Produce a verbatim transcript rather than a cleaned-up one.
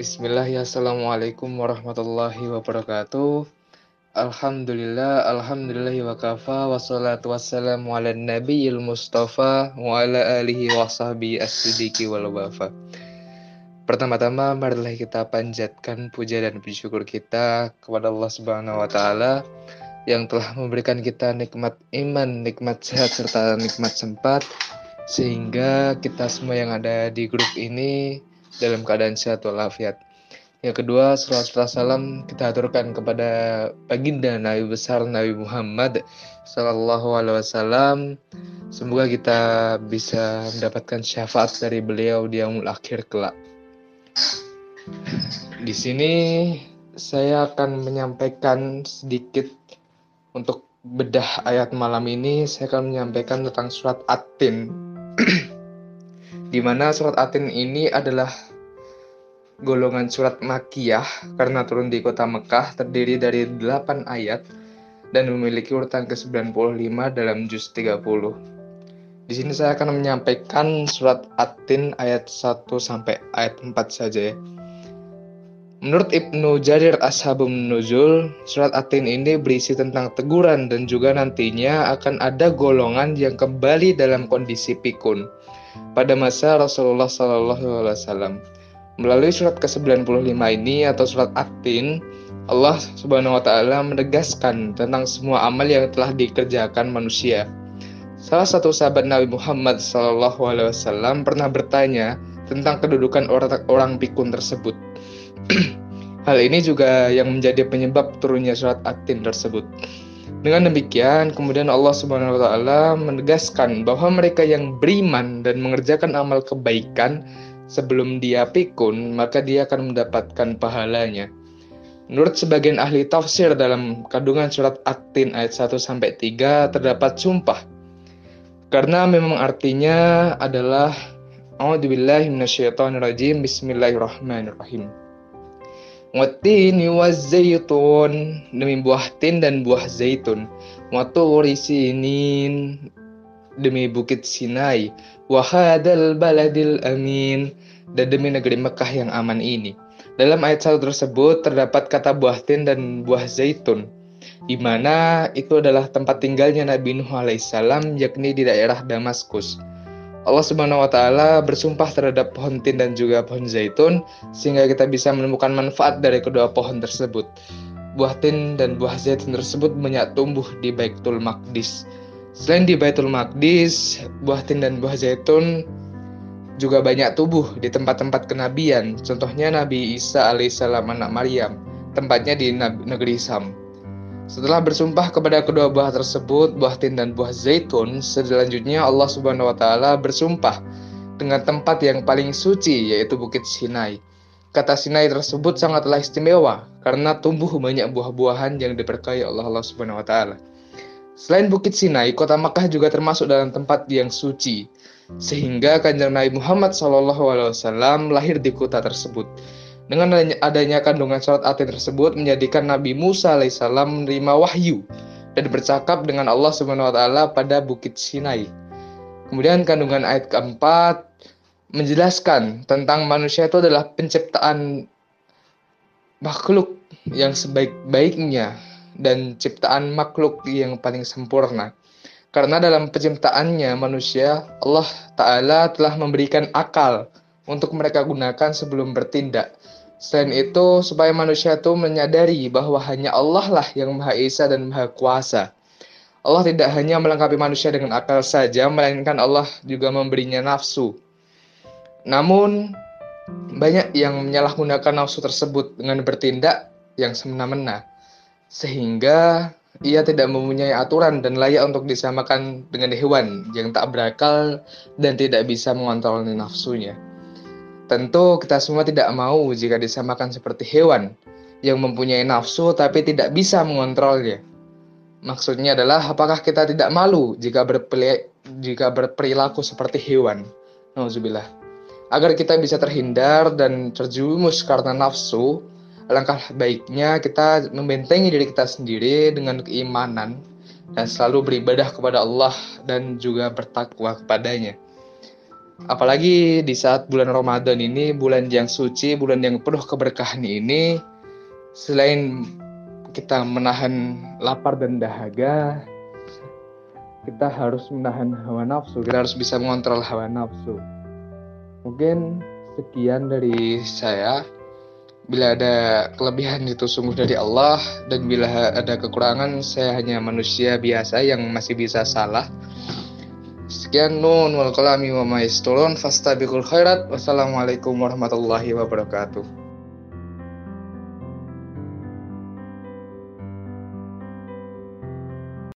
Bismillah ya, assalamualaikum warahmatullahi wabarakatuh. Alhamdulillah, alhamdulillahi wa kafa, wassalatu wassalamu ala nabiyil mustafa, wa ala alihi wa sahbihi as-siddiqi wal wafa. Pertama-tama, marilah kita panjatkan puja dan puji syukur kita kepada Allah Subhanahu wa Ta'ala yang telah memberikan kita nikmat iman, nikmat sehat, serta nikmat sempat, sehingga kita semua yang ada di grup ini dalam keadaan sehat walafiat. Yang kedua, salawat salam kita aturkan kepada baginda Nabi besar Nabi Muhammad Sallallahu Alaihi Wasallam. Semoga kita bisa mendapatkan syafaat dari beliau di yaumul akhir kelak. Di sini saya akan menyampaikan sedikit untuk bedah ayat malam ini. Saya akan menyampaikan tentang surat At-Tin. Di mana surat At-Tin ini adalah golongan surat Makkiyah karena turun di kota Mekah, terdiri dari delapan ayat dan memiliki urutan ke sembilan puluh lima dalam juz tiga puluh. Di sini saya akan menyampaikan surat At-Tin ayat satu sampai ayat empat saja ya. Menurut Ibnu Jarir Ashabun Nuzul, surat At-Tin ini berisi tentang teguran dan juga nantinya akan ada golongan yang kembali dalam kondisi pikun pada masa Rasulullah Sallallahu Alaihi Wasallam. Melalui surat ke sembilan puluh lima ini atau surat At-Tin, Allah Subhanahu wa Ta'ala menegaskan tentang semua amal yang telah dikerjakan manusia. Salah satu sahabat Nabi Muhammad Sallallahu Alaihi Wasallam pernah bertanya tentang kedudukan orang, orang pikun tersebut. Hal ini juga yang menjadi penyebab turunnya surat At-Tin tersebut. Dengan demikian, kemudian Allah Subhanahu wa Ta'ala menegaskan bahwa mereka yang beriman dan mengerjakan amal kebaikan sebelum dia pikun, maka dia akan mendapatkan pahalanya. Menurut sebagian ahli tafsir, dalam kandungan surat At-Tin ayat satu sampai tiga terdapat sumpah. Karena memang artinya adalah A'udzubillahi minasyaitonirrajim, bismillahirrahmanirrahim. Wattini wazzaitun, demi buah tin dan buah zaitun. Waturi sinin, demi bukit Sinai. Wahadal baladil amin, dan demi negeri Mekah yang aman ini. Dalam ayat satu tersebut terdapat kata buah tin dan buah zaitun, di mana itu adalah tempat tinggalnya Nabi Nuh alaihissalam, yakni di daerah Damaskus. Allah Subhanahu wa Ta'ala bersumpah terhadap pohon tin dan juga pohon zaitun sehingga kita bisa menemukan manfaat dari kedua pohon tersebut. Buah tin dan buah zaitun tersebut banyak tumbuh di Baitul Maqdis. Selain di Baitul Maqdis, buah tin dan buah zaitun juga banyak tumbuh di tempat-tempat kenabian. Contohnya Nabi Isa alaihissalam anak Maryam, tempatnya di negeri Sam. Setelah bersumpah kepada kedua buah tersebut, buah tin dan buah zaitun, selanjutnya Allah Subhanahu wa Ta'ala bersumpah dengan tempat yang paling suci, yaitu Bukit Sinai. Kata Sinai tersebut sangatlah istimewa karena tumbuh banyak buah-buahan yang diberkahi oleh Allah Subhanahu wa Ta'ala. Selain Bukit Sinai, kota Makkah juga termasuk dalam tempat yang suci, sehingga Kanjeng Nabi Muhammad Sallallahu Alaihi Wasallam lahir di kota tersebut. Dengan adanya kandungan surat At-Tin tersebut menjadikan Nabi Musa alaihissalam menerima wahyu dan bercakap dengan Allah Subhanahu wa Ta'ala pada Bukit Sinai. Kemudian kandungan ayat keempat menjelaskan tentang manusia itu adalah penciptaan makhluk yang sebaik-baiknya dan ciptaan makhluk yang paling sempurna. Karena dalam penciptaannya manusia, Allah Ta'ala telah memberikan akal untuk mereka gunakan sebelum bertindak. Selain itu, supaya manusia itu menyadari bahwa hanya Allah lah yang Maha Esa dan Maha Kuasa. Allah tidak hanya melengkapi manusia dengan akal saja, melainkan Allah juga memberinya nafsu. Namun, banyak yang menyalahgunakan nafsu tersebut dengan bertindak yang semena-mena, sehingga ia tidak mempunyai aturan dan layak untuk disamakan dengan hewan yang tak berakal dan tidak bisa mengontrol nafsunya. Tentu kita semua tidak mau jika disamakan seperti hewan yang mempunyai nafsu tapi tidak bisa mengontrolnya. Maksudnya adalah apakah kita tidak malu jika, berperi- jika berperilaku seperti hewan? Nauzubillah. Agar kita bisa terhindar dan terjerumus karena nafsu, alangkah baiknya kita membentengi diri kita sendiri dengan keimanan dan selalu beribadah kepada Allah dan juga bertakwa kepadanya. Apalagi di saat bulan Ramadan ini, bulan yang suci, bulan yang penuh keberkahan ini, selain kita menahan lapar dan dahaga, kita harus menahan hawa nafsu. Kita harus bisa mengontrol hawa nafsu. Mungkin sekian dari saya. Bila ada kelebihan itu sungguh dari Allah, dan bila ada kekurangan saya hanya manusia biasa yang masih bisa salah. Sekian, nun wal qalami wa ma yasturun, fastabiqul khairat. Wassalamualaikum warahmatullahi wabarakatuh.